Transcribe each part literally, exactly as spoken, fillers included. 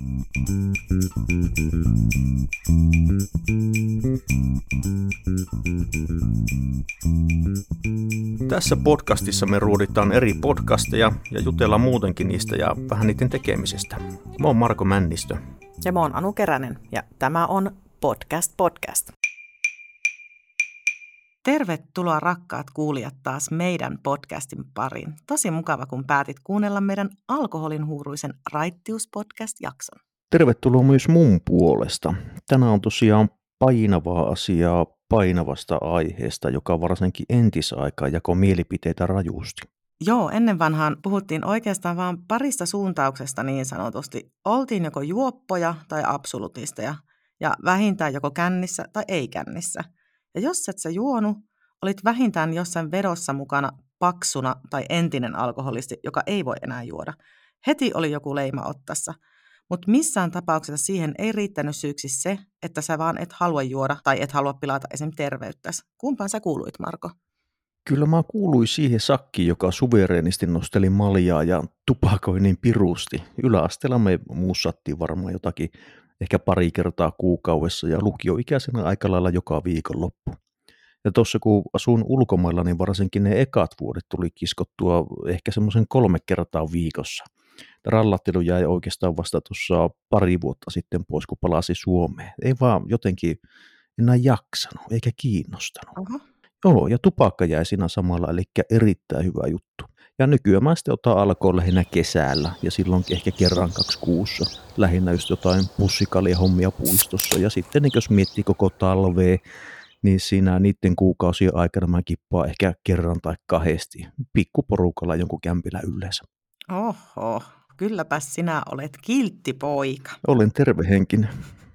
Tässä podcastissa me ruoditaan eri podcasteja ja jutellaan muutenkin niistä ja vähän niiden tekemisestä. Mä oon Marko Männistö. Ja mä oon Anu Keränen ja tämä on Podcast Podcast. Tervetuloa rakkaat kuulijat taas meidän podcastin pariin. Tosi mukava, kun päätit kuunnella meidän alkoholin huuruisen Raittius-podcast-jakson. Tervetuloa myös mun puolesta. Tänään on tosiaan painavaa asiaa painavasta aiheesta, joka varsinkin entisaikaan jakoi mielipiteitä rajusti. Joo, ennen vanhaan puhuttiin oikeastaan vain parista suuntauksesta niin sanotusti. Oltiin joko juoppoja tai absolutisteja ja vähintään joko kännissä tai ei kännissä. Ja jos et sä juonut, olit vähintään jossain vedossa mukana paksuna tai entinen alkoholisti, joka ei voi enää juoda. Heti oli joku leima ottassa. Mutta missään tapauksessa siihen ei riittänyt syyksi se, että sä vaan et halua juoda tai et halua pilata esim. Terveyttäsi. Kumpaan sä kuuluit, Marko? Kyllä mä kuuluin siihen sakkiin, joka suvereenisti nosteli maljaa ja tupakoi niin pirusti. Yläasteella me muussattiin varmaan jotakin ehkä pari kertaa kuukaudessa ja lukioikäisenä aika lailla joka viikonloppu. Ja tuossa kun asun ulkomailla, niin varsinkin ne ekat vuodet tuli kiskottua ehkä semmoisen kolme kertaa viikossa. Rallattelu jäi oikeastaan vasta tuossa pari vuotta sitten pois, kun palasi Suomeen. Ei vaan jotenkin enää jaksanut eikä kiinnostanut. Oho. Joo, ja tupakka jäi siinä samalla, eli erittäin hyvä juttu. Ja nykyään mä sitten otan alkoon lähinnä kesällä ja silloin ehkä kerran kaksi kuussa. Lähinnä just jotain pussikalia-hommia puistossa. Ja sitten niin jos miettii koko talvea, niin siinä niiden kuukausien aikana mä kippaan ehkä kerran tai kahdesti pikkuporukalla jonkun kämpillä yleensä. Oho, kylläpäs sinä olet kiltti poika. Olen tervehenkinen.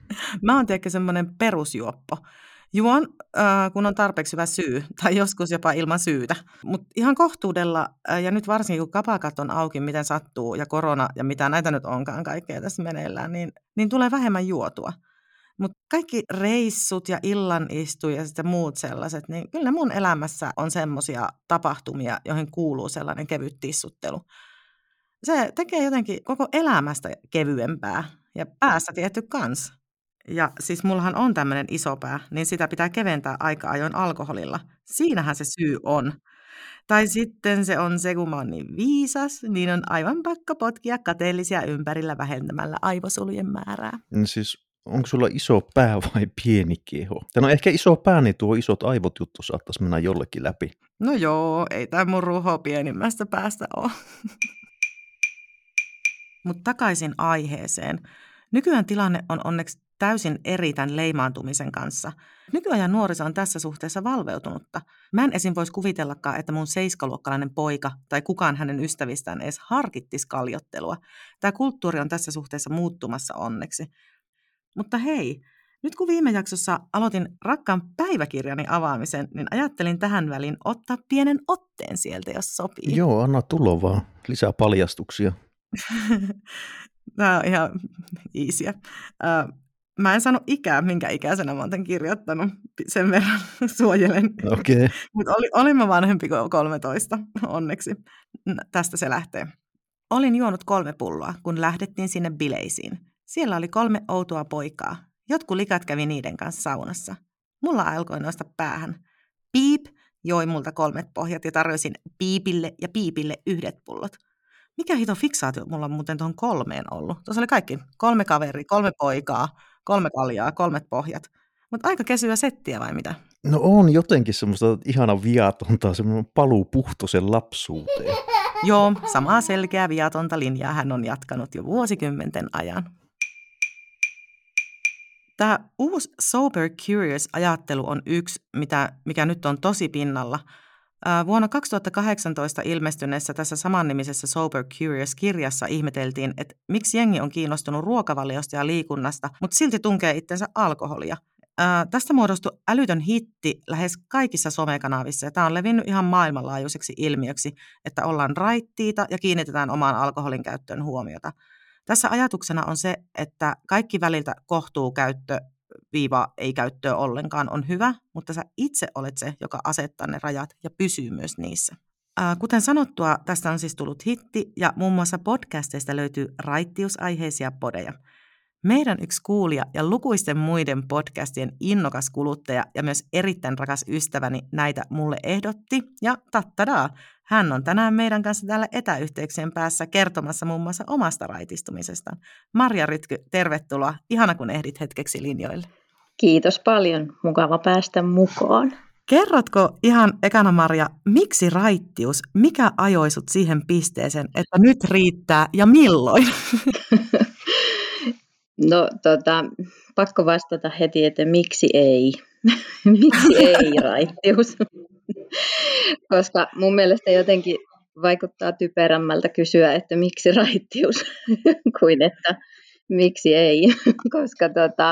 Mä oon tietenkin semmoinen perusjuoppo. Juon, äh, kun on tarpeeksi hyvä syy, tai joskus jopa ilman syytä. Mutta ihan kohtuudella, äh, ja nyt varsinkin kun kapakat on auki, miten sattuu, ja korona, ja mitä näitä nyt onkaan kaikkea tässä meneillään, niin, niin tulee vähemmän juotua. Mutta kaikki reissut ja illanistu ja sitten muut sellaiset, niin kyllä mun elämässä on semmoisia tapahtumia, joihin kuuluu sellainen kevyt tissuttelu. Se tekee jotenkin koko elämästä kevyempää, ja päässä tietty kans. Ja siis mullahan on tämmöinen iso pää, niin sitä pitää keventää aika ajoin alkoholilla. Siinähän se syy on. Tai sitten se on se, kun mä oon niin viisas, niin on aivan pakko potkia kateellisia ympärillä vähentämällä aivosolujen määrää. No siis onko sulla iso pää vai pieni keho? Tai no ehkä iso pää, niin tuo isot aivot juttu saattaisi mennä jollekin läpi. No joo, ei tää mun ruho pienimmästä päästä ole. Mutta takaisin aiheeseen. Nykyään tilanne on onneksi täysin eri tämän leimaantumisen kanssa. Nykyajan nuoriso on tässä suhteessa valveutunutta. Mä en esim. Voisi kuvitellakaan, että mun seiskaluokkalainen poika tai kukaan hänen ystävistään edes harkittis kaljottelua. Tämä kulttuuri on tässä suhteessa muuttumassa onneksi. Mutta hei, nyt kun viime jaksossa aloitin rakkaan päiväkirjani avaamisen, niin ajattelin tähän väliin ottaa pienen otteen sieltä, jos sopii. Joo, anna tulla vaan. Lisää paljastuksia. Tämä on ihan easyä. Mä en sano ikää, minkä ikäisenä mä oon tämän kirjoittanut. Sen verran suojelen. Okei. Okay. Mutta oli, olin mä vanhempi kuin kolmetoista, onneksi. Tästä se lähtee. Olin juonut kolme pulloa, kun lähdettiin sinne bileisiin. Siellä oli kolme outoa poikaa. Jotkut likat kävi niiden kanssa saunassa. Mulla alkoi nousta päähän. Piip joi multa kolmet pohjat ja tarjosin Piipille ja Piipille yhdet pullot. Mikä hito fiksaatio mulla on muuten tuohon kolmeen ollut? Tuossa oli kaikki. Kolme kaveria, kolme poikaa, kolme kaljaa, kolmet pohjat. Mutta aika kesyä settiä vai mitä? No on jotenkin semmoista ihana viatonta, semmoinen paluu puhtoisen lapsuuteen. Joo, samaa selkeää viatonta linjaa hän on jatkanut jo vuosikymmenten ajan. Tämä uusi Sober Curious-ajattelu on yksi, mitä, mikä nyt on tosi pinnalla. Vuonna kaksituhattakahdeksantoista ilmestyneessä tässä samannimisessä Sober Curious-kirjassa ihmeteltiin, että miksi jengi on kiinnostunut ruokavaliosta ja liikunnasta, mutta silti tunkee itsensä alkoholia. Ää, tästä muodostui älytön hitti lähes kaikissa somekanavissa, ja tämä on levinnyt ihan maailmanlaajuiseksi ilmiöksi, että ollaan raittiita ja kiinnitetään omaan alkoholin käyttöön huomiota. Tässä ajatuksena on se, että kaikki väliltä kohtuu käyttö viiva ei käyttöä ollenkaan on hyvä, mutta sä itse olet se, joka asettaa ne rajat ja pysyy myös niissä. Kuten sanottua, tästä on siis tullut hitti ja muun muassa podcasteista löytyy raittiusaiheisia podeja. Meidän yksi kuulija ja lukuisten muiden podcastien innokas kuluttaja ja myös erittäin rakas ystäväni näitä mulle ehdotti. Ja tattadaa, hän on tänään meidän kanssa täällä etäyhteyksien päässä kertomassa muun muassa omasta raitistumisestaan. Marja Rytky, tervetuloa. Ihana kun ehdit hetkeksi linjoille. Kiitos paljon. Mukava päästä mukaan. Kerrotko ihan ekana, Marja, miksi raittius, mikä ajoi sut siihen pisteeseen, että nyt riittää ja milloin? No tota, pakko vastata heti, että miksi ei? Miksi ei raittius? Koska mun mielestä jotenkin vaikuttaa typerämmältä kysyä, että miksi raittius, kuin että miksi ei. Koska tota,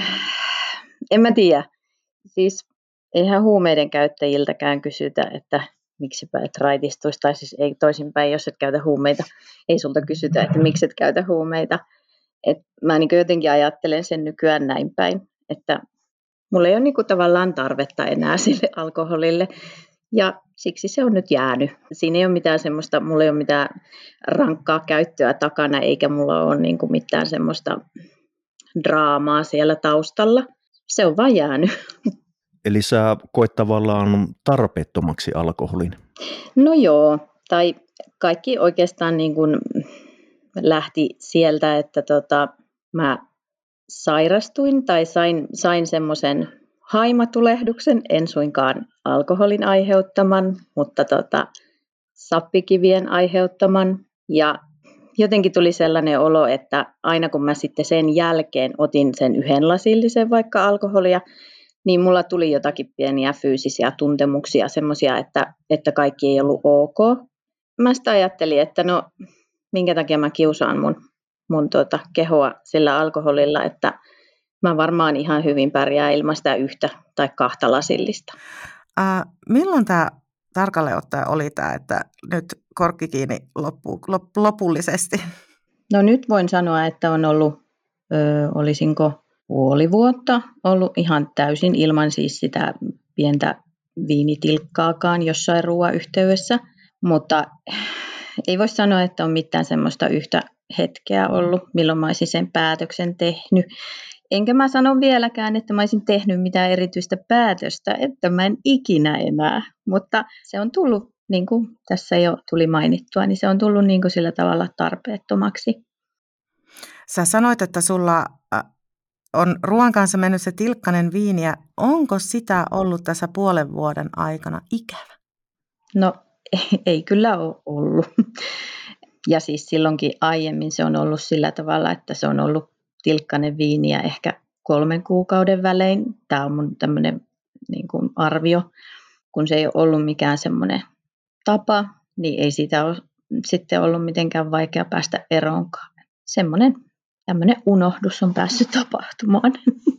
en mä tiedä. Siis eihän huumeiden käyttäjiltäkään kysytä, että miksipä et raitistuisi, tai siis ei toisinpäin, jos et käytä huumeita, ei sulta kysytä, että miksi et käytä huumeita. Et mä niin jotenkin ajattelen sen nykyään näin päin, että mulla ei ole niin tavallaan tarvetta enää sille alkoholille, ja siksi se on nyt jäänyt. Siinä ei ole mitään semmoista, mulla ei ole mitään rankkaa käyttöä takana, eikä mulla ole niin mitään semmoista draamaa siellä taustalla. Se on vaan jäänyt. Eli sä koet tavallaan tarpeettomaksi alkoholin? No joo, tai kaikki oikeastaan niin kuin lähti sieltä, että tota, mä sairastuin tai sain, sain semmoisen haimatulehduksen, en suinkaan alkoholin aiheuttaman, mutta tota, sappikivien aiheuttaman. Ja jotenkin tuli sellainen olo, että aina kun mä sitten sen jälkeen otin sen yhden lasillisen vaikka alkoholia, niin mulla tuli jotakin pieniä fyysisiä tuntemuksia, semmoisia, että, että kaikki ei ollut ok. Mä sitä ajattelin, että no minkä takia mä kiusaan mun, mun tuota kehoa sillä alkoholilla, että mä varmaan ihan hyvin pärjää ilman sitä yhtä tai kahta lasillista. Äh, milloin tämä tarkalleen ottaen oli tämä, että nyt korkki kiinni loppu, lop, lopullisesti? No nyt voin sanoa, että on ollut, ö, olisinko puoli vuotta ollut ihan täysin ilman siis sitä pientä viinitilkkaakaan jossain ruoan yhteydessä, mutta ei voi sanoa, että on mitään semmoista yhtä hetkeä ollut, milloin mä olisin sen päätöksen tehnyt. Enkä mä sano vieläkään, että mä olisin tehnyt mitään erityistä päätöstä, että mä en ikinä enää, mutta se on tullut, niin kuin tässä jo tuli mainittua, niin se on tullut niin kuin sillä tavalla tarpeettomaksi. Sä sanoit, että sulla on ruoan kanssa mennyt se tilkkanen viini, ja onko sitä ollut tässä puolen vuoden aikana ikävä? No ei kyllä ole ollut. Ja siis silloinkin aiemmin se on ollut sillä tavalla, että se on ollut tilkkanen viiniä ehkä kolmen kuukauden välein. Tämä on mun tämmöinen niin kuin arvio. Kun se ei ole ollut mikään semmoinen tapa, niin ei siitä ole sitten ollut mitenkään vaikea päästä eroonkaan. Semmoinen tämmöinen unohdus on päässyt tapahtumaan.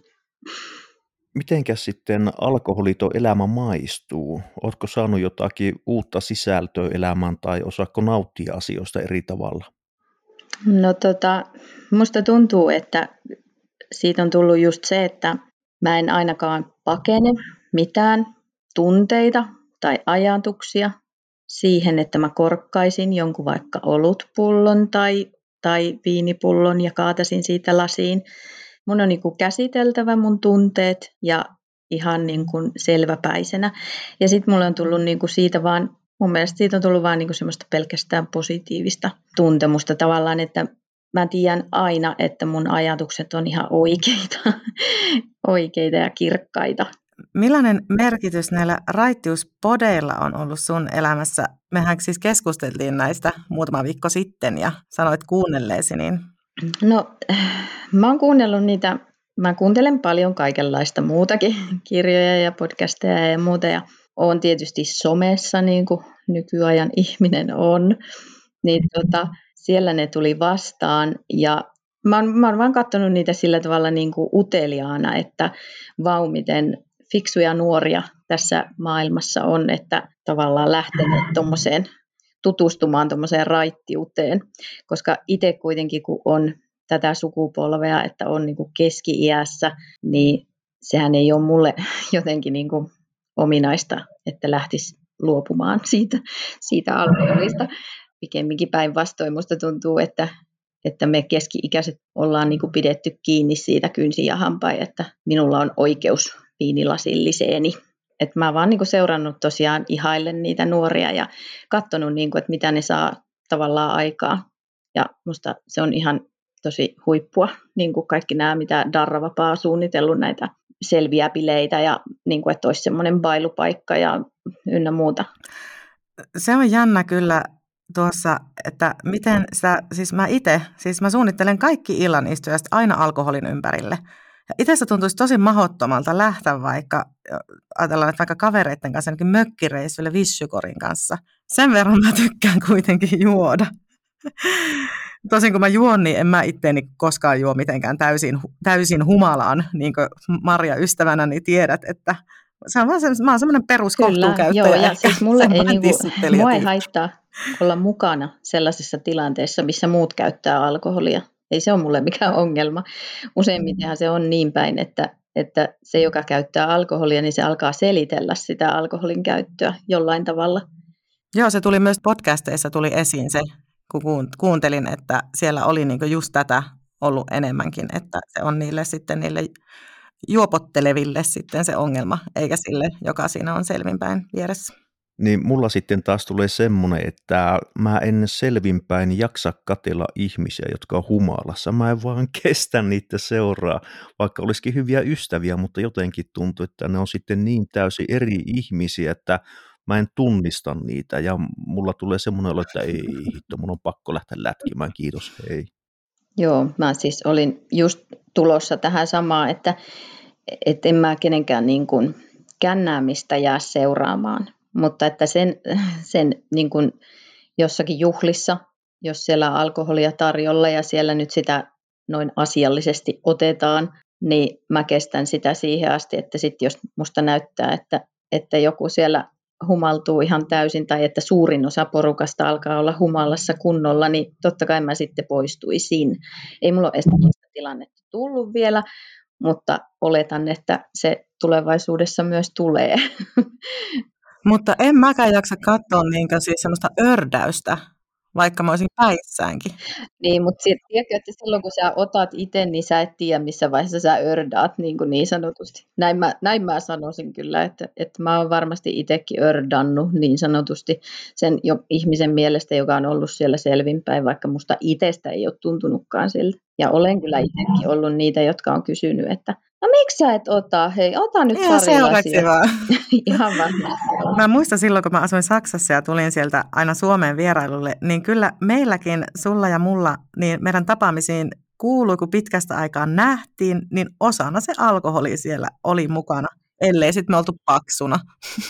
Mitenkäs sitten alkoholiton elämä maistuu? Oletko saanut jotakin uutta sisältöä elämään tai osaatko nauttia asioista eri tavalla? No tota, musta tuntuu, että siitä on tullut just se, että mä en ainakaan pakene mitään tunteita tai ajatuksia siihen, että mä korkkaisin jonkun vaikka olutpullon tai, tai viinipullon ja kaatasin siitä lasiin. Mun on niin kuin käsiteltävä mun tunteet ja ihan niin kuin selväpäisenä. Ja sitten mulle on tullut niin kuin siitä vaan, mun mielestä siitä on tullut vaan niin kuin semmoista pelkästään positiivista tuntemusta tavallaan, että mä tiedän aina, että mun ajatukset on ihan oikeita, oikeita ja kirkkaita. Millainen merkitys näillä raittiuspodeilla on ollut sun elämässä? Mehän siis keskusteltiin näistä muutama viikko sitten ja sanoit kuunnelleesi, niin... No, mä oon kuunnellut niitä, mä kuuntelen paljon kaikenlaista muutakin, kirjoja ja podcasteja ja muuta, ja oon tietysti somessa, niin kuin nykyajan ihminen on, niin tota, siellä ne tuli vastaan, ja mä oon, mä oon vaan katsonut niitä sillä tavalla niin kuin uteliaana, että vau, miten fiksuja nuoria tässä maailmassa on, että tavallaan lähteneet tommoseen tutustumaan tuommoiseen raittiuteen, koska itse kuitenkin kun on tätä sukupolvea, että on niin kuin keski-iässä, niin sehän ei ole mulle jotenkin niin kuin ominaista, että lähtisi luopumaan siitä, siitä alkoholista. Pikemminkin päinvastoin musta tuntuu, että, että me keski-ikäiset ollaan niin kuin pidetty kiinni siitä kynsin ja hampain, että minulla on oikeus viinilasilliseeni. Että mä vaan niin kuin seurannut tosiaan ihaillen niitä nuoria ja katsonut, niin kuin, että mitä ne saa tavallaan aikaa. Ja musta se on ihan tosi huippua, niin kuin kaikki nämä, mitä Darra Vapaa on suunnitellut, näitä selviä bileitä ja niin kuin, että olisi semmoinen bailupaikka ja ynnä muuta. Se on jännä kyllä tuossa, että miten sitä, siis mä itse, siis mä suunnittelen kaikki illanistujat aina alkoholin ympärille. Ja itse se tuntuisi tosi mahdottomalta lähteä vaikka, ajatellaan, että vaikka kavereiden kanssa ainakin mökkireissuille vissykorin kanssa. Sen verran mä tykkään kuitenkin juoda. Tosin kun mä juon, niin en mä itteeni koskaan juo mitenkään täysin, täysin humalaan, niin kuin Marja ystävänä, niin tiedät, että se on vaan se, mä oon semmoinen peruskohtuukäyttäjä. Kyllä, joo, ja siis mulle ei, niinku, mua ei haittaa olla mukana sellaisessa tilanteessa, missä muut käyttää alkoholia. Ei se ole mulle mikään ongelma. Useimmitenhan se on niin päin, että, että se, joka käyttää alkoholia, niin se alkaa selitellä sitä alkoholin käyttöä jollain tavalla. Joo, se tuli myös podcasteissa tuli esiin se, kun kuuntelin, että siellä oli niinku just tätä ollut enemmänkin, että se on niille sitten niille juopotteleville sitten se ongelma, eikä sille, joka siinä on selvinpäin vieressä. Niin mulla sitten taas tulee semmoinen, että mä en selvinpäin jaksa katsella ihmisiä, jotka on humalassa. Mä en vaan kestä niitä seuraa, vaikka olisikin hyviä ystäviä, mutta jotenkin tuntuu, että ne on sitten niin täysin eri ihmisiä, että mä en tunnista niitä. Ja mulla tulee semmoinen olo, että ei hitto, mun on pakko lähteä lätkimään, kiitos, hei. Joo, mä siis olin just tulossa tähän samaan, että et en mä kenenkään niin kuin kännäämistä jää seuraamaan. Mutta että sen, sen niin kuin jossakin juhlissa, jos siellä on alkoholia tarjolla ja siellä nyt sitä noin asiallisesti otetaan, niin mä kestän sitä siihen asti, että sitten jos musta näyttää, että, että joku siellä humaltuu ihan täysin tai että suurin osa porukasta alkaa olla humalassa kunnolla, niin totta kai mä sitten poistuisin. Ei mulla ole edes tilannetta tullut vielä, mutta oletan, että se tulevaisuudessa myös tulee. Mutta en mäkään jaksa katsoa niinkö siis semmoista ördäystä, vaikka mä olisin päissäänkin. Niin, mutta tiedätkö, että silloin kun sä otat itse, niin sä et tiedä, missä vaiheessa sä ördäät niin, kuin niin sanotusti. Näin mä, näin mä sanoisin kyllä, että, että mä oon varmasti itsekin ördannut niin sanotusti sen jo ihmisen mielestä, joka on ollut siellä selvinpäin, vaikka musta itsestä ei ole tuntunutkaan siltä. Ja olen kyllä itsekin ollut niitä, jotka on kysynyt, että no miksi sä et ota? Hei, ota nyt Ihan pari lasia. vaan. Ihan varmasti. Mä muistan silloin, kun mä asuin Saksassa ja tulin sieltä aina Suomeen vierailulle, niin kyllä meilläkin, sulla ja mulla, niin meidän tapaamisiin kuului, kun pitkästä aikaa nähtiin, niin osana se alkoholi siellä oli mukana, ellei sitten me oltu paksuna.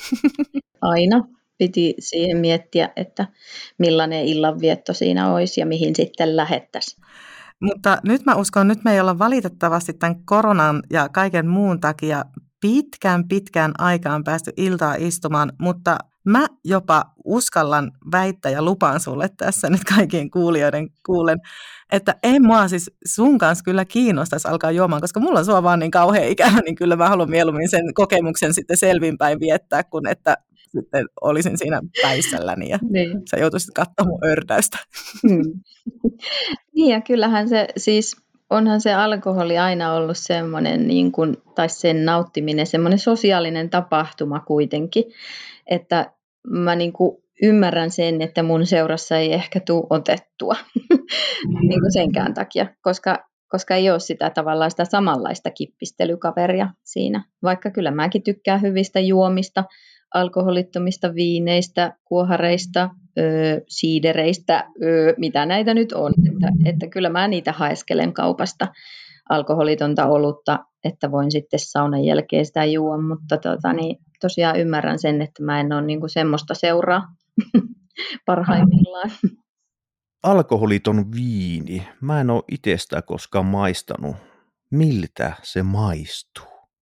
Aina piti siihen miettiä, että millainen illanvietto siinä olisi ja mihin sitten lähettäisiin. Mutta nyt mä uskon, nyt me ei olla valitettavasti tämän koronan ja kaiken muun takia pitkään pitkään aikaan päästy iltaa istumaan, mutta mä jopa uskallan väittää ja lupaan sulle tässä nyt kaikkien kuulijoiden kuulen, että ei mua siis sun kanssa kyllä kiinnostaisi alkaa juomaan, koska mulla on sua vaan niin kauhean ikävä, niin kyllä mä haluan mieluummin sen kokemuksen sitten selvinpäin viettää, kun että sitten olisin siinä päissälläni ja niin. Sä joutuisit katsomaan mun ördäystä. Hmm. Niin ja kyllähän se siis, onhan se alkoholi aina ollut semmoinen, niin kuin, tai sen nauttiminen, semmoinen sosiaalinen tapahtuma kuitenkin, että mä niin kuin ymmärrän sen, että mun seurassa ei ehkä tule otettua niin kuin senkään takia, koska, koska ei ole sitä tavallaan sitä samanlaista kippistelykaveria siinä, vaikka kyllä mäkin tykkään hyvistä juomista, alkoholittomista viineistä, kuohareista, öö, siidereistä, öö, mitä näitä nyt on. Että, että kyllä mä niitä haeskelen kaupasta alkoholitonta olutta, että voin sitten saunan jälkeen sitä juoda, mutta tota, niin, tosiaan ymmärrän sen, että mä en ole niinku semmoista seuraa parhaimmillaan. Alkoholiton viini. Mä en ole itse sitä koskaan maistanut. Miltä se maistuu?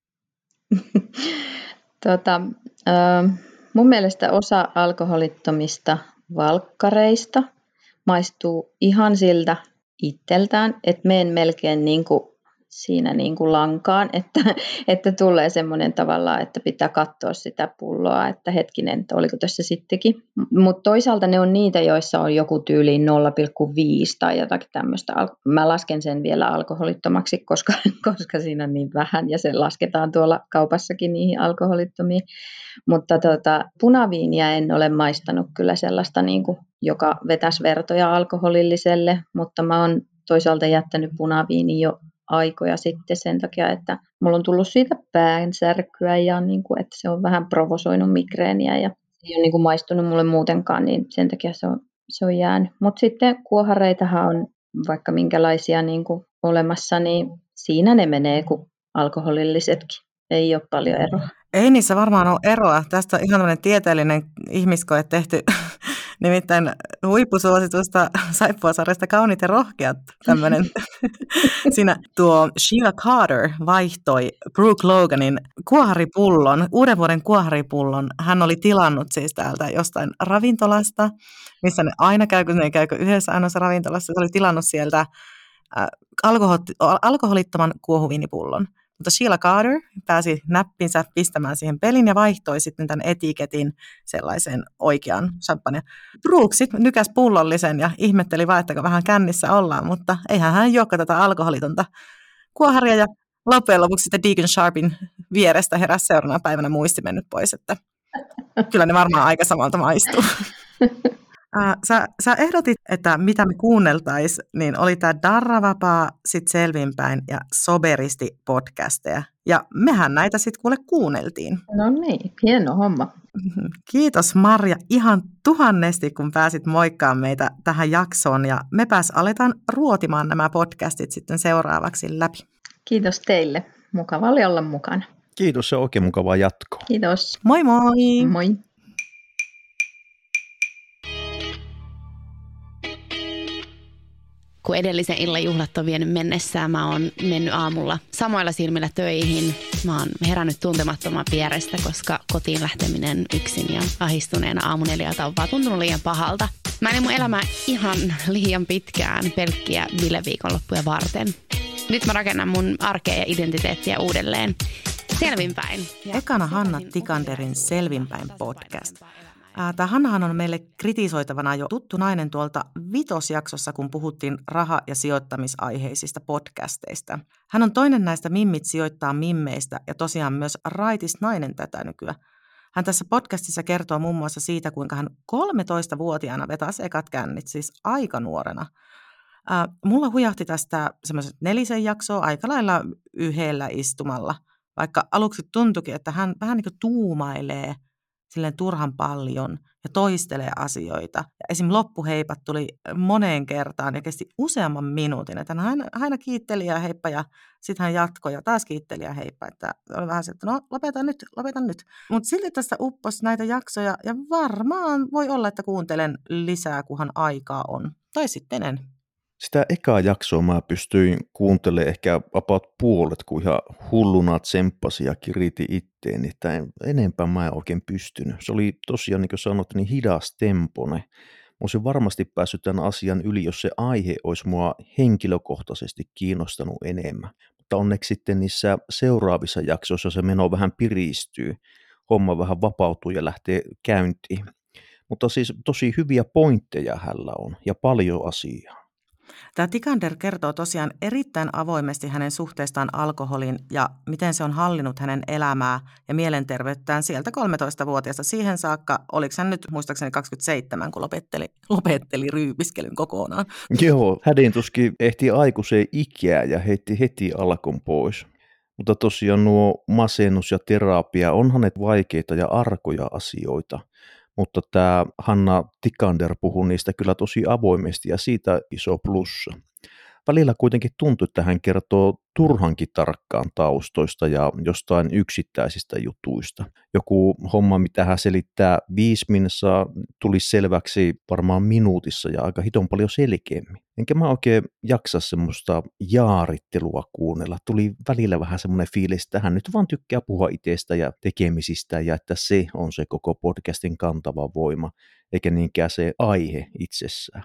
Tota, äh, mun mielestä osa alkoholittomista valkkareista maistuu ihan siltä itseltään, että menen melkein niin kuin siinä niin kuin lankaan, että, että tulee semmoinen tavallaan, että pitää katsoa sitä pulloa, että hetkinen, että oliko tässä sittenkin. Mutta toisaalta ne on niitä, joissa on joku tyyliin nolla pilkku viisi tai jotakin tämmöistä. Mä lasken sen vielä alkoholittomaksi, koska, koska siinä on niin vähän ja se lasketaan tuolla kaupassakin niihin alkoholittomiin. Mutta tota, punaviiniä en ole maistanut kyllä sellaista, niin kuin, joka vetäisi vertoja alkoholilliselle, mutta mä oon toisaalta jättänyt punaviini jo aikoja sitten sen takia, että mulla on tullut siitä päänsärkyä ja niin kuin, että se on vähän provosoinut migreeniä ja ei ole niin kuin maistunut mulle muutenkaan, niin sen takia se on, se on jäänyt. Mutta sitten kuohareitahan on vaikka minkälaisia niin kuin olemassa, niin siinä ne menee kuin alkoholillisetkin. Ei ole paljon eroa. Ei niissä varmaan ole eroa. Tästä on ihan tämmöinen tieteellinen ihmiskoe tehty. Nimittäin huippusuositusta Saippuasarjasta Kauniit ja rohkeat. Tämmöinen. Siinä tuo Sheila Carter vaihtoi Brooke Loganin kuoharipullon, uuden vuoden kuoharipullon. Hän oli tilannut siis täältä jostain ravintolasta, missä ne aina käy, kun ne ei käy yhdessä ainoassa ravintolassa. Se oli tilannut sieltä äh, alkoholittoman kuohuviinipullon. Mutta Sheila Carter pääsi näppinsä pistämään siihen pelin ja vaihtoi sitten tämän etiketin sellaiseen oikeaan champagne. Brooke sitten nykäsi pullollisen ja ihmetteli vaan, että vähän kännissä ollaan, mutta eihän hän juokka tätä alkoholitonta kuoharia. Ja loppujen lopuksi sitten Deacon Sharpin vierestä heräsi seuraavana päivänä muisti mennyt pois, että kyllä ne varmaan aika samalta maistuu. Sä, sä ehdotit, että mitä me kuunneltaisiin, niin oli tämä Darravapaa, sit Selvinpäin ja Soberisti podcasteja. Ja mehän näitä sitten kuule kuunneltiin. No niin, hieno homma. Kiitos Marja ihan tuhannesti, kun pääsit moikkaamaan meitä tähän jaksoon. Ja me pääs aletaan ruotimaan nämä podcastit sitten seuraavaksi läpi. Kiitos teille. Mukava oli olla mukana. Kiitos, se on oikein mukavaa jatkoa. Kiitos. Moi moi! Moi! Kun edellisen illan juhlat on vienyt mennessään, mä oon mennyt aamulla samoilla silmillä töihin. Mä oon herännyt tuntemattoman vierestä, koska kotiin lähteminen yksin ja ahistuneena aamunelijalta on vaan tuntunut liian pahalta. Mä elin mun elämää ihan liian pitkään pelkkiä bileviikonloppuja varten. Nyt mä rakennan mun arkea ja identiteettiä uudelleen. Selvinpäin. Ekana Hanna Tikanderin Selvinpäin podcast. Tämä Hannahan on meille kritisoitavana jo tuttu nainen tuolta vitosjaksossa, kun puhuttiin raha- ja sijoittamisaiheisista podcasteista. Hän on toinen näistä Mimmit sijoittaa mimmeistä ja tosiaan myös raitis nainen tätä nykyään. Hän tässä podcastissa kertoo muun muassa siitä, kuinka hän kolmetoistavuotiaana vetasi ekat kännit, siis aika nuorena. Ää, mulla hujahti tästä semmoiset nelisen jaksoa aika lailla yhdellä istumalla, vaikka aluksi tuntuikin, että hän vähän niin kuin tuumailee silleen turhan paljon ja toistelee asioita. Ja esim. Loppuheipat tuli moneen kertaan ja kesti useamman minuutin. Että hän aina kiitteli ja heippa ja sitten hän jatkoi ja taas kiitteli ja heippa. Että oli vähän se, että no lopeta nyt, lopeta nyt. Mutta silti tästä upposi näitä jaksoja ja varmaan voi olla, että kuuntelen lisää, kunhan aikaa on. Tai sitten en. Sitä ekaa jaksoa mä pystyin kuuntelemaan ehkä about puolet, kun ihan hulluna tsemppasi ja kiriti itteeni, että enempää mä en oikein pystynyt. Se oli tosiaan, niin kuin sanot, niin hidas tempone. Mä olisin varmasti päässyt tämän asian yli, jos se aihe olisi mua henkilökohtaisesti kiinnostanut enemmän. Mutta onneksi sitten niissä seuraavissa jaksoissa se meno vähän piristyy, homma vähän vapautuu ja lähtee käyntiin. Mutta siis tosi hyviä pointteja hänellä on ja paljon asiaa. Tämä Tikander kertoo tosiaan erittäin avoimesti hänen suhteestaan alkoholiin ja miten se on hallinnut hänen elämää ja mielenterveyttään sieltä kolmetoistavuotiaasta siihen saakka. Oliko hän nyt muistaakseni kaksikymmentäseitsemän, kun lopetteli, lopetteli ryypiskelyn kokonaan? Joo, hädin tuskin ehti aikuiseen ikää ja heitti heti alkon pois. Mutta tosiaan nuo masennus ja terapia onhan ne vaikeita ja arkoja asioita. Mutta tämä Hanna Tikander puhuu niistä kyllä tosi avoimesti ja siitä iso plussa. Välillä kuitenkin tuntuu, että hän kertoo turhankin tarkkaan taustoista ja jostain yksittäisistä jutuista. Joku homma, mitä hän selittää viisi minsaa, tuli selväksi varmaan minuutissa ja aika hiton paljon selkeämmin. Enkä mä oikein jaksa semmoista jaarittelua kuunnella. Tuli välillä vähän semmoinen fiilis, että hän nyt vaan tykkää puhua itsestä ja tekemisistä ja että se on se koko podcastin kantava voima, eikä niinkään se aihe itsessään.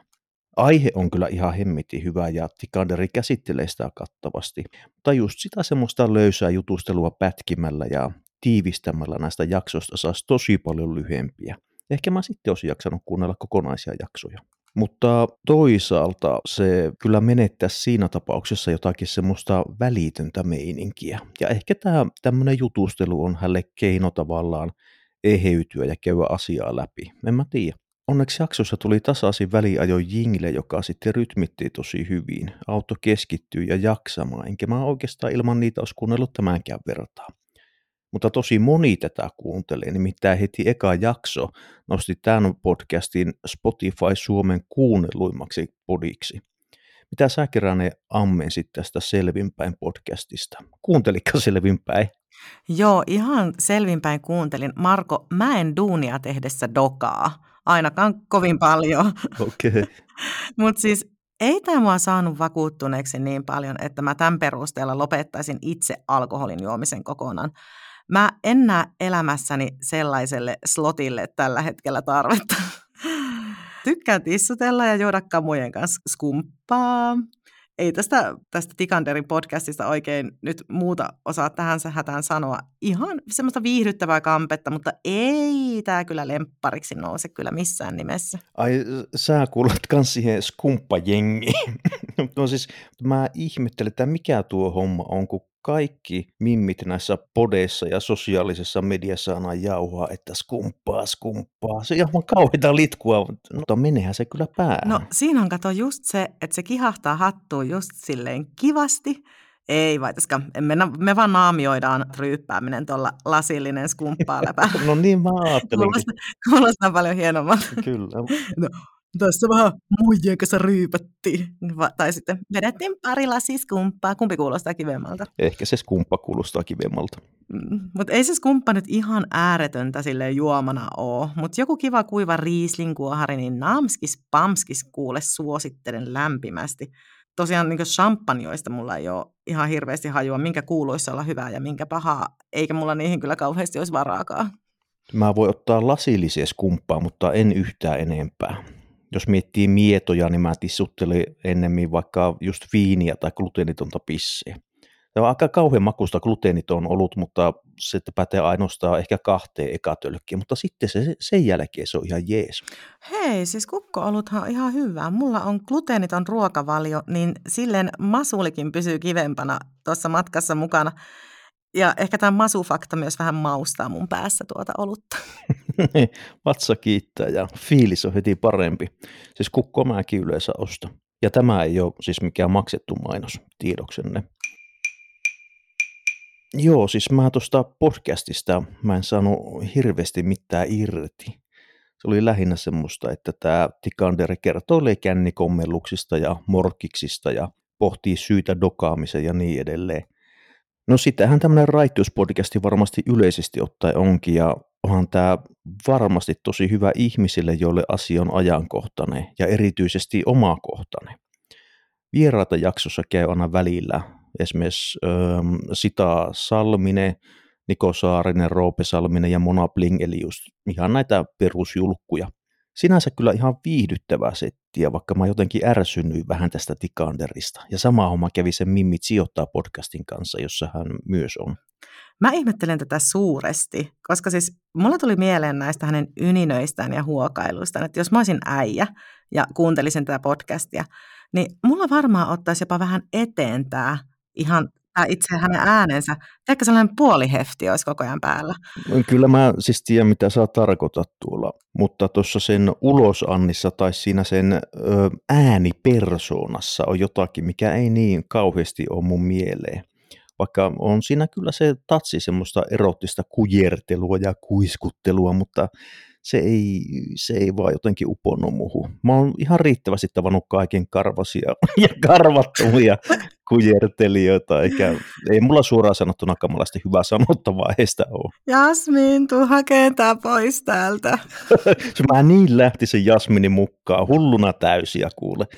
Aihe on kyllä ihan hemmetin hyvä ja Tikanderi käsittelee sitä kattavasti, mutta just sitä semmoista löysää jutustelua pätkimällä ja tiivistämällä näistä jaksoista saisi tosi paljon lyhyempiä. Ehkä mä sitten olisin jaksanut kuunnella kokonaisia jaksoja. Mutta toisaalta se kyllä menettäisi siinä tapauksessa jotakin semmoista välitöntä meininkiä. Ja ehkä tämä tämmöinen jutustelu on hänelle keino tavallaan eheytyä ja käydä asiaa läpi. En mä tiedä. Onneksi jaksossa tuli tasaisin väliajoin jingle, joka sitten rytmitti tosi hyvin. Auto keskittyy ja jaksamaan, enkä mä oikeastaan ilman niitä olisi kuunnellut tämänkään vertaa. Mutta tosi moni tätä kuuntelee, nimittäin heti eka jakso nosti tämän podcastin Spotify Suomen kuunnelluimmaksi podiksi. Mitä sä Keränen ammensit tästä Selvinpäin podcastista? Kuunteliko Selvinpäin? Joo, ihan selvinpäin kuuntelin. Marko, mä en duunia tehdessä dokaa, ainakaan kovin paljon. Okei. Okay. Mutta siis ei tämä mua saanut vakuuttuneeksi niin paljon, että mä tämän perusteella lopettaisin itse alkoholin juomisen kokonaan. Mä en näe elämässäni sellaiselle slotille tällä hetkellä tarvetta. Tykkään tissutella ja juoda kamujen kanssa skumppaa. Ei tästä, tästä Tikanderin podcastista oikein nyt muuta osaa tähän hätään sanoa. Ihan semmoista viihdyttävää kampetta, mutta ei tämä kyllä lemppariksi nouse kyllä missään nimessä. Ai, sä kuulet kans siihen skumppajengiin. No siis mä ihmettelen, että mikä tuo homma on, kun kaikki mimmit näissä podeissa ja sosiaalisessa mediassa aina jauhaa, että skumppaa, skumppaa. Se on ihan kauheita litkua, mutta menehän se kyllä päähän. No siinä on kato just se, että se kihahtaa hattuun just silleen kivasti. Ei vaitaskaan, me, me vaan naamioidaan ryyppääminen tuolla lasillinen skumppaa läpä. No niin mä ajattelinkin. Kuulostaa, kuulostaa paljon hienommalta. Kyllä. No, tässä vähän muijien kanssa ryypättiin. Va- tai sitten vedettiin pari lasia skumppaa. Kumpi kuulostaa kivemmalta? Ehkä se skumppa kuulostaa kivemmalta. Mm, mutta ei se skumppa nyt ihan ääretöntä silleen juomana ole. Mutta joku kiva kuiva riislinkuohari, niin namskis pamskis kuule suosittelen lämpimästi. Tosiaan niin champanjoista mulla ei ole ihan hirveästi hajua, minkä kuuluisi olla hyvää ja minkä pahaa, eikä mulla niihin kyllä kauheasti olisi varaakaan. Mä voin ottaa lasillisia skumppaa, mutta en yhtään enempää. Jos miettii mietoja, niin mä tissuttelen ennemmin vaikka just viiniä tai gluteenitonta pisseä. Tämä on aika kauhean makuista gluteeniton olut, mutta se pätee ainoastaan ehkä kahteen ekatölkkiin, mutta sitten se, sen jälkeen se on ihan jees. Hei, siis kukko-oluthan on ihan hyvää. Mulla on gluteeniton ruokavalio, niin silleen masulikin pysyy kivempana tuossa matkassa mukana. Ja ehkä tämä masufakta myös vähän maustaa mun päässä tuota olutta. Vatsa kiittää ja fiilis on heti parempi. Siis kukko mäkin yleensä osta. Ja tämä ei ole siis mikään maksettu mainos, tiedoksenne. Joo, siis mä tuosta podcastista mä en saanut hirveästi mitään irti. Se oli lähinnä semmoista, että tämä Tikander kertoilee kännikommelluksista ja morkkiksista ja pohtii syitä dokaamisen ja niin edelleen. No sitähän tämmöinen raittiuspodcasti varmasti yleisesti ottaen onkin, ja onhan tämä varmasti tosi hyvä ihmisille, joille asia on ajankohtainen ja erityisesti omakohtainen. Vieraita jaksossa käy aina välillä esimerkiksi äh, Sita Salminen, Niko Saarinen, Roope Salminen ja Mona Bling, eli just ihan näitä perusjulkkuja. Sinänsä kyllä ihan viihdyttävää settiä, vaikka mä jotenkin ärsynyin vähän tästä Tikanderista. Ja sama homma kävi sen Mimmit sijoittaa podcastin kanssa, jossa hän myös on. Mä ihmettelen tätä suuresti, koska siis mulla tuli mieleen näistä hänen yninöistään ja huokailuistaan, että jos mä olisin äijä ja kuuntelisin tätä podcastia, niin mulla varmaan ottaisi jopa vähän eteen tää ihan tää itse hänen äänensä. Ehkä sellainen puolihefti olisi koko ajan päällä. Kyllä mä siis tiedän, mitä sä tarkoitat tuolla, mutta tuossa sen ulosannissa tai siinä sen ö, äänipersoonassa on jotakin, mikä ei niin kauheasti ole mun mieleen. Vaikka on siinä kyllä se tatsi semmoista erottista kujertelua ja kuiskuttelua, mutta se ei, se ei vaan jotenkin uponnut muuhun. Mä oon ihan riittävästi tavannut kaiken karvasia ja karvattomia kujertelijoita, eikä ei mulla suoraan sanottuna kamalasti hyvää sanottavaa heistä ole. Jasmin, tuu hakee tää pois täältä. Mä niin lähtisin Jasminin mukaan, hulluna täysiä kuule.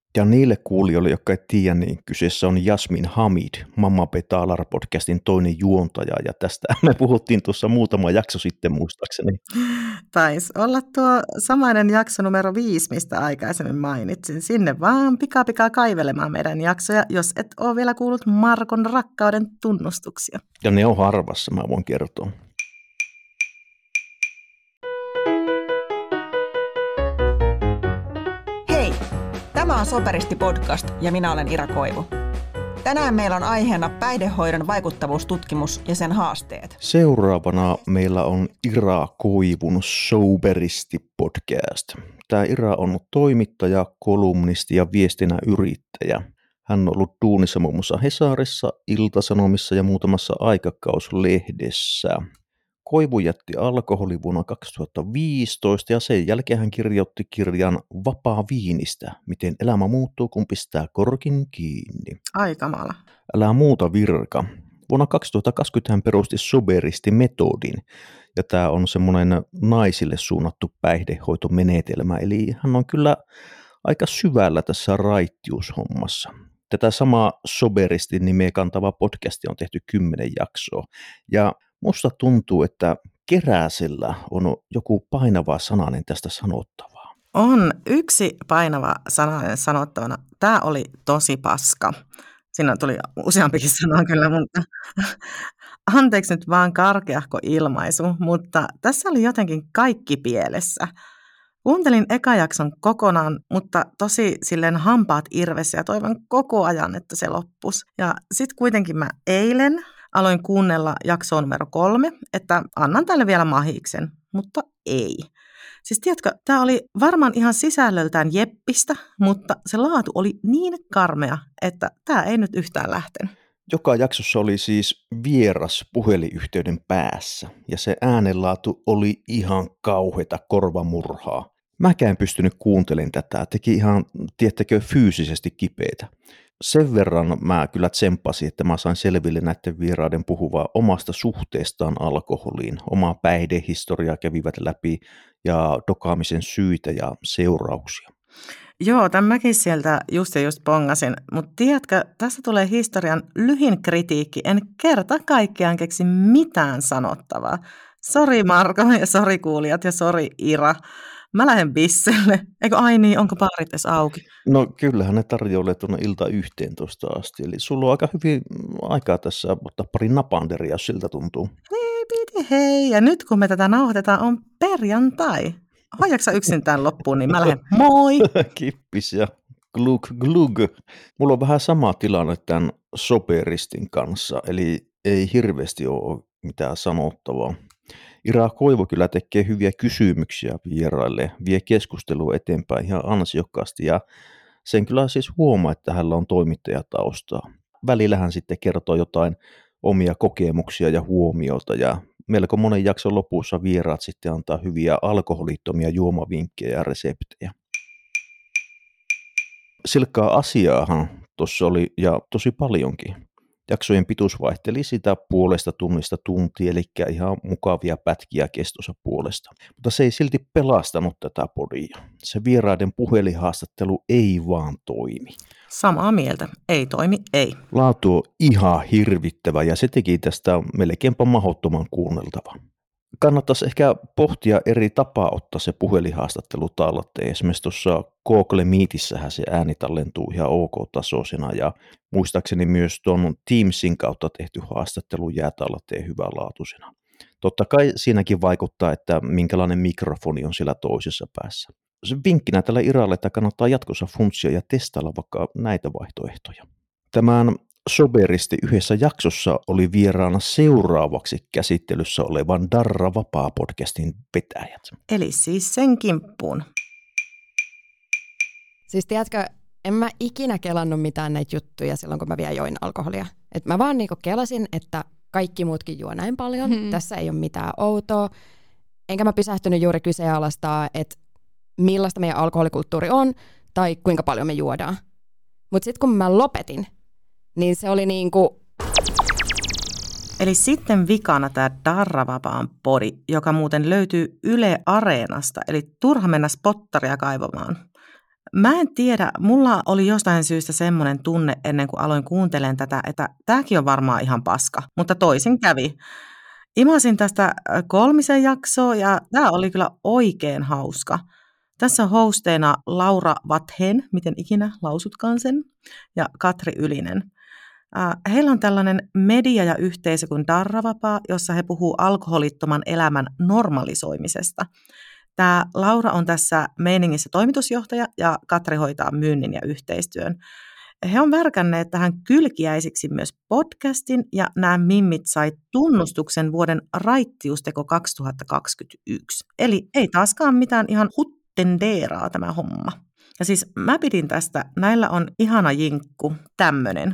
Ja niille kuulijoille, jotka ei tiedä, niin kyseessä on Jasmin Hamid, Mamma Betalar podcastin toinen juontaja, ja tästä me puhuttiin tuossa muutama jakso sitten muistaakseni. Taisi olla tuo samainen jakso numero viisi, mistä aikaisemmin mainitsin. Sinne vaan pika pika kaivelemaan meidän jaksoja, jos et ole vielä kuullut Markon rakkauden tunnustuksia. Ja ne on harvassa, mä voin kertoa. Hei, tämä on Soperisti-podcast ja minä olen Ira Koivu. Tänään meillä on aiheena päihdehoidon vaikuttavuustutkimus ja sen haasteet. Seuraavana meillä on Ira Koivun Soberisti-podcast. Tämä Ira on toimittaja, kolumnisti ja viestinnän yrittäjä. Hän on ollut duunissa muun muassa Hesarissa, Ilta-Sanomissa ja muutamassa aikakauslehdessä. Koivu jätti alkoholi vuonna kaksituhattaviisitoista ja sen jälkeen hän kirjoitti kirjan Vapaa viinistä, miten elämä muuttuu, kun pistää korkin kiinni. Ai kamala. Älä muuta virka. Vuonna kaksituhattakaksikymmentä hän perusti Soberisti-metodin, ja tämä on semmoinen naisille suunnattu päihdehoitomenetelmä, eli hän on kyllä aika syvällä tässä raittiushommassa. Tätä samaa Soberistin nimeä kantava podcasti on tehty kymmenen jaksoa, ja musta tuntuu, että Keräsellä on joku painava sananen tästä sanottavaa. On yksi painava sananen sanottavana. Tämä oli tosi paska. Siinä tuli useampikin sana kyllä, mutta anteeksi nyt vaan karkeahko ilmaisu, mutta tässä oli jotenkin kaikki pielessä. Kuuntelin eka jakson kokonaan, mutta tosi silleen hampaat irvessä ja toivon koko ajan, että se loppus. Ja sitten kuitenkin mä eilen aloin kuunnella jaksoa numero kolme, että annan tälle vielä mahiksen, mutta ei. Siis tiedätkö, tämä oli varmaan ihan sisällöltään jeppistä, mutta se laatu oli niin karmea, että tämä ei nyt yhtään lähtenyt. Joka jaksossa oli siis vieras puhelinyhteyden päässä, ja se äänenlaatu oli ihan kauheata korvamurhaa. Mäkään pystynyt kuuntelemaan tätä, teki ihan, tiettäkö, fyysisesti kipeätä. Sen verran mä kyllä tsemppasin, että mä sain selville näiden vieraiden puhuvaa omasta suhteestaan alkoholiin. Omaa päihdehistoriaa kävivät läpi ja dokaamisen syitä ja seurauksia. Joo, tämän mäkin sieltä just ja just pongasin, mutta tiedätkö, tässä tulee historian lyhin kritiikki. En kerta kaikkiaan keksi mitään sanottavaa. Sori Marko ja sori kuulijat ja sori Ira. Mä lähden bisselle. Eikö ai niin, onko baarit edes auki? No kyllähän ne tarjoilee tuonne ilta yhteentoista asti. Eli sulla on aika hyvin aikaa tässä ottaa pari napanderia, jos siltä tuntuu. Hei, piti hei. Ja nyt kun me tätä nauhoitetaan, on perjantai. Hoidaksä yksin tämän loppuun, niin mä lähden moi. Kippis ja glug glug. Mulla on vähän sama tilanne tämän Soberistin kanssa, eli ei hirveästi ole mitään sanottavaa. Ira Koivu kyllä tekee hyviä kysymyksiä vieraille, vie keskustelua eteenpäin ihan ansiokkaasti ja sen kyllä siis huomaa, että hänellä on toimittajataustaa. Välillä hän sitten kertoo jotain omia kokemuksia ja huomioita ja melko monen jakson lopussa vieraat sitten antaa hyviä alkoholittomia juomavinkkejä ja reseptejä. Silkkaa asiaahan tuossa oli ja tosi paljonkin. Jaksojen pituus vaihteli sitä puolesta tunnista tuntia, eli ihan mukavia pätkiä kestonsa puolesta. Mutta se ei silti pelastanut tätä podia. Se vieraiden puhelinhaastattelu ei vaan toimi. Samaa mieltä. Ei toimi, ei. Laatu on ihan hirvittävä ja se teki tästä melkeinpä mahdottoman kuunneltava. Kannattaisi ehkä pohtia eri tapaa ottaa se puhelinhaastattelu talteen. Esimerkiksi tuossa Google Meetissähän se ääni tallentuu ihan ok-tasoisena ja muistaakseni myös tuon Teamsin kautta tehty haastattelu jää talteen hyvänlaatuisena. Totta kai siinäkin vaikuttaa, että minkälainen mikrofoni on siellä toisessa päässä. Se vinkkinä tällä Iralle, että kannattaa jatkossa funtsia ja testailla vaikka näitä vaihtoehtoja. Tämän Soberisti yhdessä jaksossa oli vieraana seuraavaksi käsittelyssä olevan Darra Vapaa-podcastin vetäjät. Eli siis sen kimppuun. Siis tiedätkö, en mä ikinä kelannut mitään näitä juttuja silloin, kun mä vielä join alkoholia. Et mä vaan niinku kelasin, että kaikki muutkin juo näin paljon, hmm. tässä ei ole mitään outoa. Enkä mä pysähtynyt juuri kyseenalaistaa, että millaista meidän alkoholikulttuuri on tai kuinka paljon me juodaan. Mutta sitten kun mä lopetin, niin se oli niinku... Eli sitten vikana tämä Darra Vapaan podi, joka muuten löytyy Yle Areenasta, eli turha mennä spottaria kaivamaan. Mä en tiedä, mulla oli jostain syystä semmoinen tunne ennen kuin aloin kuuntelemaan tätä, että tämäkin on varmaan ihan paska, mutta toisin kävi. Imasin tästä kolmisen jaksoa ja tämä oli kyllä oikein hauska. Tässä on hosteina Laura Vathen, miten ikinä lausutkaan sen, ja Katri Ylinen. Heillä on tällainen media ja yhteisö kuin Darravapaa, jossa he puhuu alkoholittoman elämän normalisoimisesta. Tämä Laura on tässä meiningissä toimitusjohtaja ja Katri hoitaa myynnin ja yhteistyön. He on värkänneet tähän kylkiäisiksi myös podcastin ja nämä mimmit sai tunnustuksen vuoden raittiusteko kaksituhattakaksikymmentäyksi. Eli ei taaskaan mitään ihan huttendeeraa tämä homma. Ja siis mä pidin tästä, näillä on ihana jinkku, tämmönen.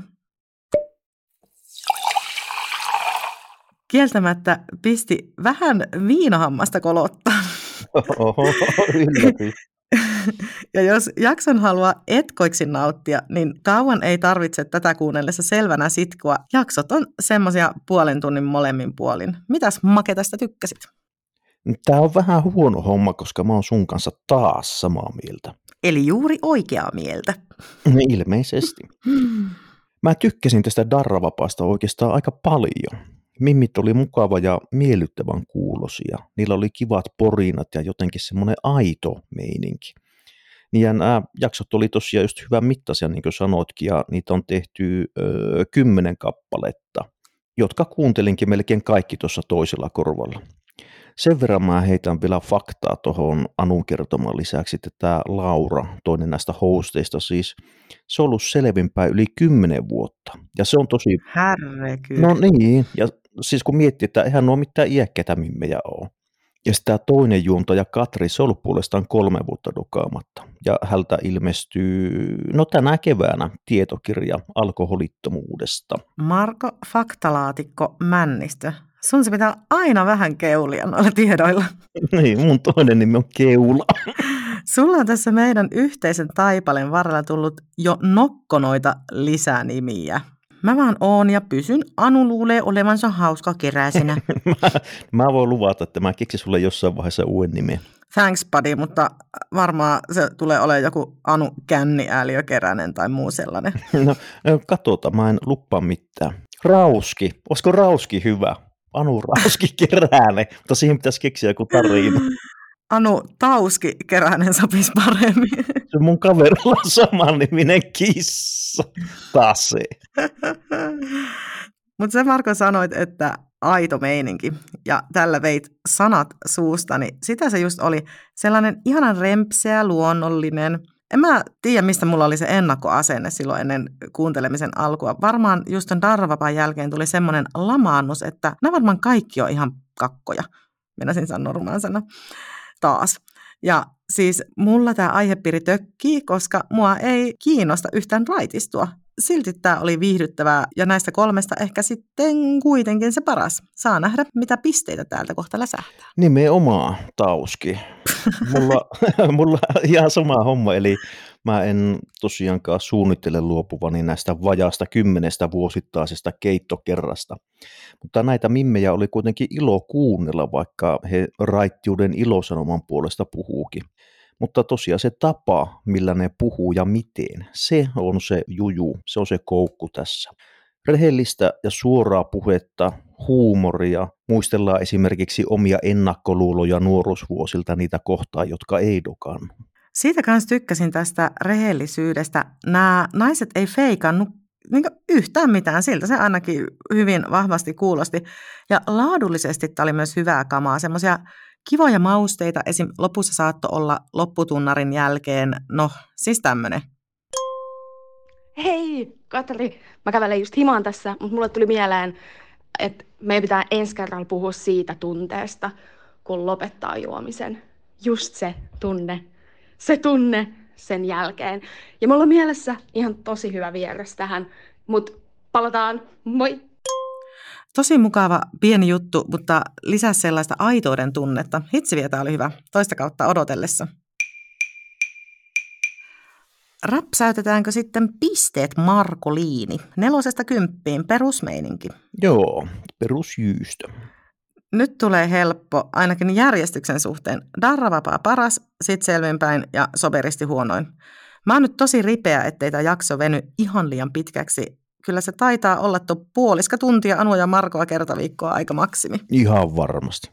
Kieltämättä pisti vähän viinahammasta kolottaa. Oho, yllätys. Ja jos jakson haluaa etkoiksi nauttia, niin kauan ei tarvitse tätä kuunnellessa selvänä sitkoa. Jaksot on semmoisia puolen tunnin molemmin puolin. Mitäs Make tästä tykkäsit? Tämä on vähän huono homma, koska mä oon sun kanssa taas samaa mieltä. Eli juuri oikeaa mieltä. Ilmeisesti. Mä tykkäsin tästä Darravapaasta oikeastaan aika paljon. Mimmit oli mukava ja miellyttävän kuulosia. Niillä oli kivat porinat ja jotenkin semmoinen aito meininki. Ja nämä jaksot oli tosiaan just hyvän mittaisia, niin kuin sanoitkin, ja niitä on tehty öö, kymmenen kappaletta, jotka kuuntelinkin melkein kaikki tuossa toisella korvalla. Sen verran mä heitän vielä faktaa tuohon Anun kertoman lisäksi, että tämä Laura, toinen näistä hosteista siis, se on ollut selvinpäin yli kymmenen vuotta. Ja se on tosi... Herregud. No niin, ja siis kun miettii, että eihän nuo mitään iäkkäitä mimmejä ole. Ja sitten tämä toinen juontaja Katri, se on ollut puolestaan kolme vuotta dokaamatta. Ja häneltä ilmestyy, no tänä keväänä, tietokirja alkoholittomuudesta. Marko Faktalaatikko Männistö. Sun se pitää aina vähän keulia noilla tiedoilla. Niin, mun toinen nimi on Keula. Sulla on tässä meidän yhteisen taipaleen varrella tullut jo nokkonoita lisänimiä. Mä vaan oon ja pysyn. Anu luulee olevansa hauska keräisenä. mä, mä voin luvata, että mä keksin sulle jossain vaiheessa uuden nimen. Thanks buddy, mutta varmaan se tulee olemaan joku Anu Känni-ääliökeräinen tai muu sellainen. No katsotaan, mä en luppaa mitään. Rauski. Olisiko Rauski hyvä? Anu Rauski Keränen, mutta siihen pitäisi keksiä joku tarina. Anu Tauski Keränen sopisi paremmin. Se mun kaverilla on samanniminen kissa. Tase. Mutta sä Marko sanoit, että aito meininki ja tällä veit sanat suustani. Sitä se just oli sellainen ihanan rempseä, luonnollinen. En mä tiedä, mistä mulla oli se ennakkoasenne silloin ennen kuuntelemisen alkua. Varmaan just ton Darravapaan jälkeen tuli semmoinen lamaannus, että nämä varmaan kaikki on ihan kakkoja. Meinasin sanoa rumaan sana taas. Ja siis mulla tämä aihepiiri tökkii, koska mua ei kiinnosta yhtään raitistua. Silti tämä oli viihdyttävää ja näistä kolmesta ehkä sitten kuitenkin se paras. Saa nähdä, mitä pisteitä täältä kohta läsähtää. Nimenomaan Tauski. Mulla, mulla ihan sama homma, eli mä en tosiaankaan suunnittele luopuvani näistä vajaasta kymmenestä vuosittaisesta keittokerrasta. Mutta näitä mimmejä oli kuitenkin ilo kuunnella, vaikka he raittiuden ilosanoman puolesta puhuukin. Mutta tosiaan se tapa, millä ne puhuu ja miten, se on se juju, se on se koukku tässä. Rehellistä ja suoraa puhetta, huumoria, muistellaan esimerkiksi omia ennakkoluuloja nuoruusvuosilta niitä kohtaa, jotka ei dokannut. Siitä kanssa tykkäsin tästä rehellisyydestä. Nämä naiset ei feikannut niin yhtään mitään, siltä se ainakin hyvin vahvasti kuulosti. Ja laadullisesti tämä oli myös hyvää kamaa, semmoisia kivoja mausteita, esim. Lopussa saattoi olla lopputunnarin jälkeen, no siis tämmönen. Hei Katri, mä kävelen just himaan tässä, mutta mulle tuli mieleen, että meidän pitää ensi kerralla puhua siitä tunteesta, kun lopettaa juomisen. Just se tunne, se tunne sen jälkeen. Ja mulla on mielessä ihan tosi hyvä vieras tähän, mutta palataan, moi! Tosi mukava pieni juttu, mutta lisää sellaista aitouden tunnetta. Hitsi vielä, oli hyvä. Toista kautta odotellessa. Rapsäytetäänkö sitten pisteet Markoliini? Nelosesta kymppiin, perusmeininki. Joo, perusjyystö. Nyt tulee helppo, ainakin järjestyksen suhteen. Darravapaa paras, sit selvinpäin ja soberisti huonoin. Mä oon nyt tosi ripeä, ettei tämä jakso veny ihan liian pitkäksi. Kyllä se taitaa olla tuo puoliska tuntia Anua ja Markoa kertaviikkoa aika maksimi. Ihan varmasti.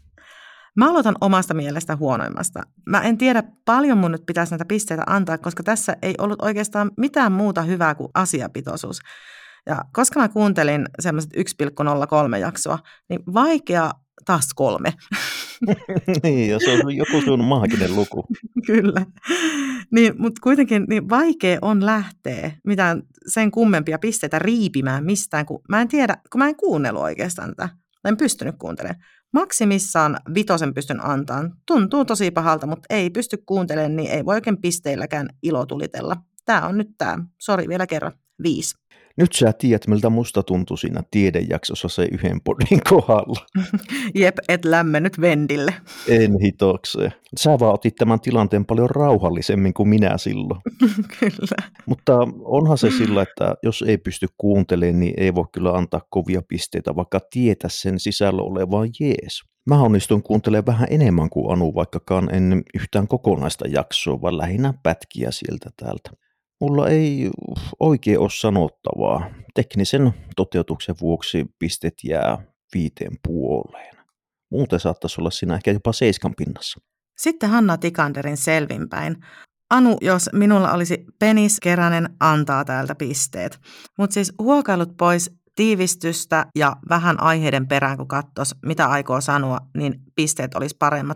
Mä aloitan omasta mielestä huonoimmasta. Mä en tiedä, paljon mun nyt pitäisi näitä pisteitä antaa, koska tässä ei ollut oikeastaan mitään muuta hyvää kuin asiapitoisuus. Ja koska mä kuuntelin semmoiset yksi pilkku nolla kolme jaksoa, niin vaikea taas kolme. Niin, ja se on joku sun maaginen luku. Kyllä. Niin, mutta kuitenkin niin vaikea on lähteä mitään sen kummempia pisteitä riipimään mistään, kun mä en tiedä, kun mä en kuunnellut oikeastaan tätä. Mä en pystynyt kuuntelemaan. Maksimissaan vitosen pystyn antamaan. Tuntuu tosi pahalta, mutta ei pysty kuuntelemaan, niin ei voi oikein pisteilläkään ilotulitella. Tää on nyt tää. Sori vielä kerran. Viisi. Nyt sä tiedät, miltä musta tuntui siinä tiedejaksossa se yhden podin kohdalla. Jep, et lämmennyt Vendille. En hitokseen. Sä vaan otit tämän tilanteen paljon rauhallisemmin kuin minä silloin. Kyllä. Mutta onhan se sillä, että jos ei pysty kuuntelemaan, niin ei voi kyllä antaa kovia pisteitä, vaikka tietä sen sisällä olevaa jees. Mä onnistuin kuuntelemaan vähän enemmän kuin Anu, vaikkakaan en yhtään kokonaista jaksoa, vaan lähinnä pätkiä sieltä täältä. Mulla ei oikein ole sanottavaa. Teknisen toteutuksen vuoksi pistet jää viiteen puoleen. Muuten saattaisi olla siinä ehkä jopa seiskan pinnassa. Sitten Hanna Tikanderin selvinpäin. Anu, jos minulla olisi penis keränen, antaa täältä pisteet. Mutta siis huokailut pois tiivistystä ja vähän aiheiden perään, kun katsos, mitä aikoo sanoa, niin pisteet olisi paremmat.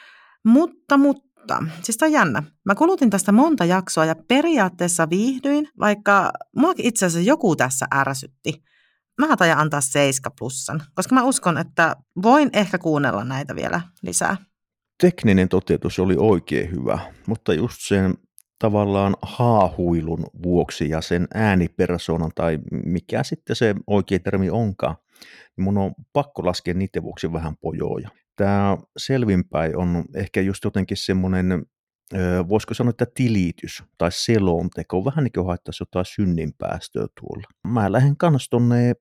Mutta, mutta. Siis tämä on jännä. Mä kulutin tästä monta jaksoa ja periaatteessa viihdyin, vaikka muakin itse asiassa joku tässä ärsytti. Mä taidan antaa seiska plussan, koska mä uskon, että voin ehkä kuunnella näitä vielä lisää. Tekninen toteutus oli oikein hyvä, mutta just sen tavallaan haahuilun vuoksi ja sen äänipersonan tai mikä sitten se oikea termi onkaan, niin mun on pakko laskea niiden vuoksi vähän pojoja. Tämä selvinpäin on ehkä just jotenkin semmoinen, voisiko sanoa, että tilitys tai selonteko, vähän niin kuin haittaisi jotain synninpäästöä tuolla. Mä lähden kanssa tonne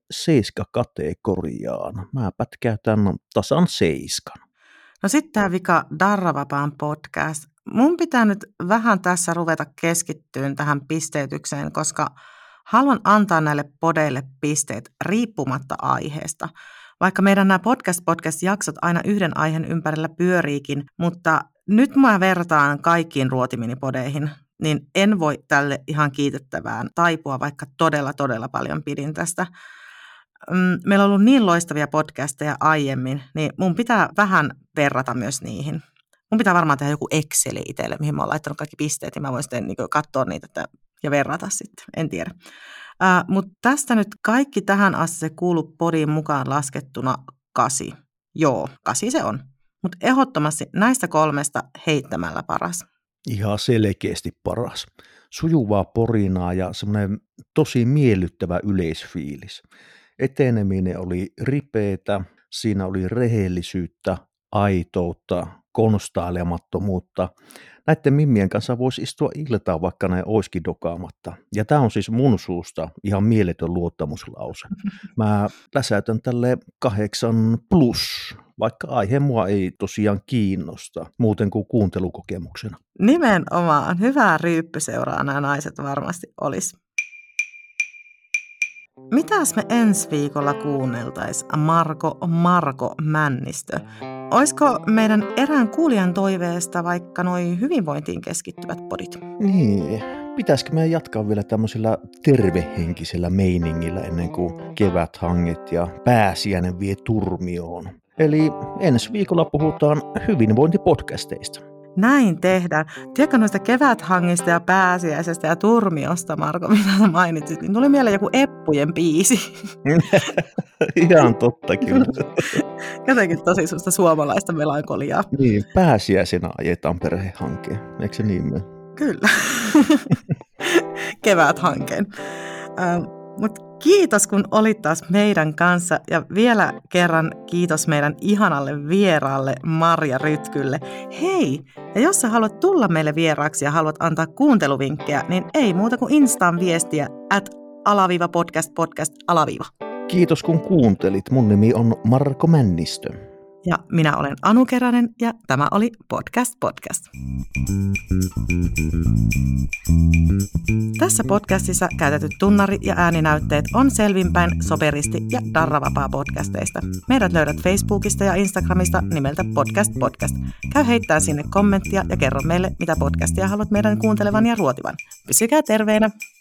seiska-kategoriaan. Mä pätkäytän tasan seiskan. No sitten tämä vika Darravapaan podcast. Mun pitää nyt vähän tässä ruveta keskittyyn tähän pisteytykseen, koska haluan antaa näille podeille pisteet riippumatta aiheesta. Vaikka meidän nämä podcast-podcast-jaksot aina yhden aiheen ympärillä pyöriikin, mutta nyt mä vertaan kaikkiin ruotiminipodeihin, niin en voi tälle ihan kiitettävään taipua, vaikka todella, todella paljon pidin tästä. Meillä on ollut niin loistavia podcasteja aiemmin, niin mun pitää vähän verrata myös niihin. Mun pitää varmaan tehdä joku Exceli itselle, mihin mä oon laittanut kaikki pisteet, ja mä voin sitten niin katsoa niitä ja verrata sitten, en tiedä. Uh, mutta tästä nyt kaikki tähän asti se kuuluu podiin mukaan laskettuna kasi. Joo, kasi se on. Mutta ehdottomasti näistä kolmesta heittämällä paras. Ihan selkeästi paras. Sujuvaa porinaa ja semmoinen tosi miellyttävä yleisfiilis. Eteneminen oli ripeätä, siinä oli rehellisyyttä, aitoutta, konstailemattomuutta. Näiden mimmien kanssa voisi istua iltaa, vaikka ne olisikin dokaamatta. Ja tämä on siis mun suusta ihan mieletön luottamuslause. Mä läsäytän tälle kahdeksan plus, vaikka aihe mua ei tosiaan kiinnosta, muuten kuin kuuntelukokemuksena. Nimenomaan. Hyvää ryyppyseuraa nämä naiset varmasti olisi. Mitäs me ensi viikolla kuunneltaisiin Marko Marko Männistö? Olisiko meidän erään kuulijan toiveesta vaikka noi hyvinvointiin keskittyvät podit? Niin, pitäisikö meidän jatkaa vielä tämmöisellä tervehenkisellä meiningillä ennen kuin keväthanget ja pääsiäinen vie turmioon? Eli ensi viikolla puhutaan hyvinvointipodcasteista. Näin tehdään. Tiedätkö noista keväthangista ja pääsiäisestä ja turmiosta, Marko, mitä sä mainitsit, niin tuli mieleen joku Eppujen biisi. Ihan totta kyllä. Jotenkin tosi susta suomalaista melankoliaa. Niin, pääsiäisenä ajetaan perhehankkeen. Eikö se niin mene? Kyllä. Keväthankkeen. Ähm, Mutta kiitos, kun olit taas meidän kanssa ja vielä kerran kiitos meidän ihanalle vieraalle Marja Rytkylle. Hei, ja jos sä haluat tulla meille vieraaksi ja haluat antaa kuunteluvinkkejä, niin ei muuta kuin Instaan viestiä at alaviiva podcast podcast alaviiva. Kiitos kun kuuntelit. Mun nimi on Marko Männistö. Ja minä olen Anu Keränen ja tämä oli Podcast Podcast. Tässä podcastissa käytetyt tunnari- ja ääninäytteet on selvinpäin Soperisti- ja Darravapaa podcasteista. Meidät löydät Facebookista ja Instagramista nimeltä Podcast Podcast. Käy heittää sinne kommenttia ja kerro meille, mitä podcastia haluat meidän kuuntelevan ja ruotivan. Pysykää terveinä!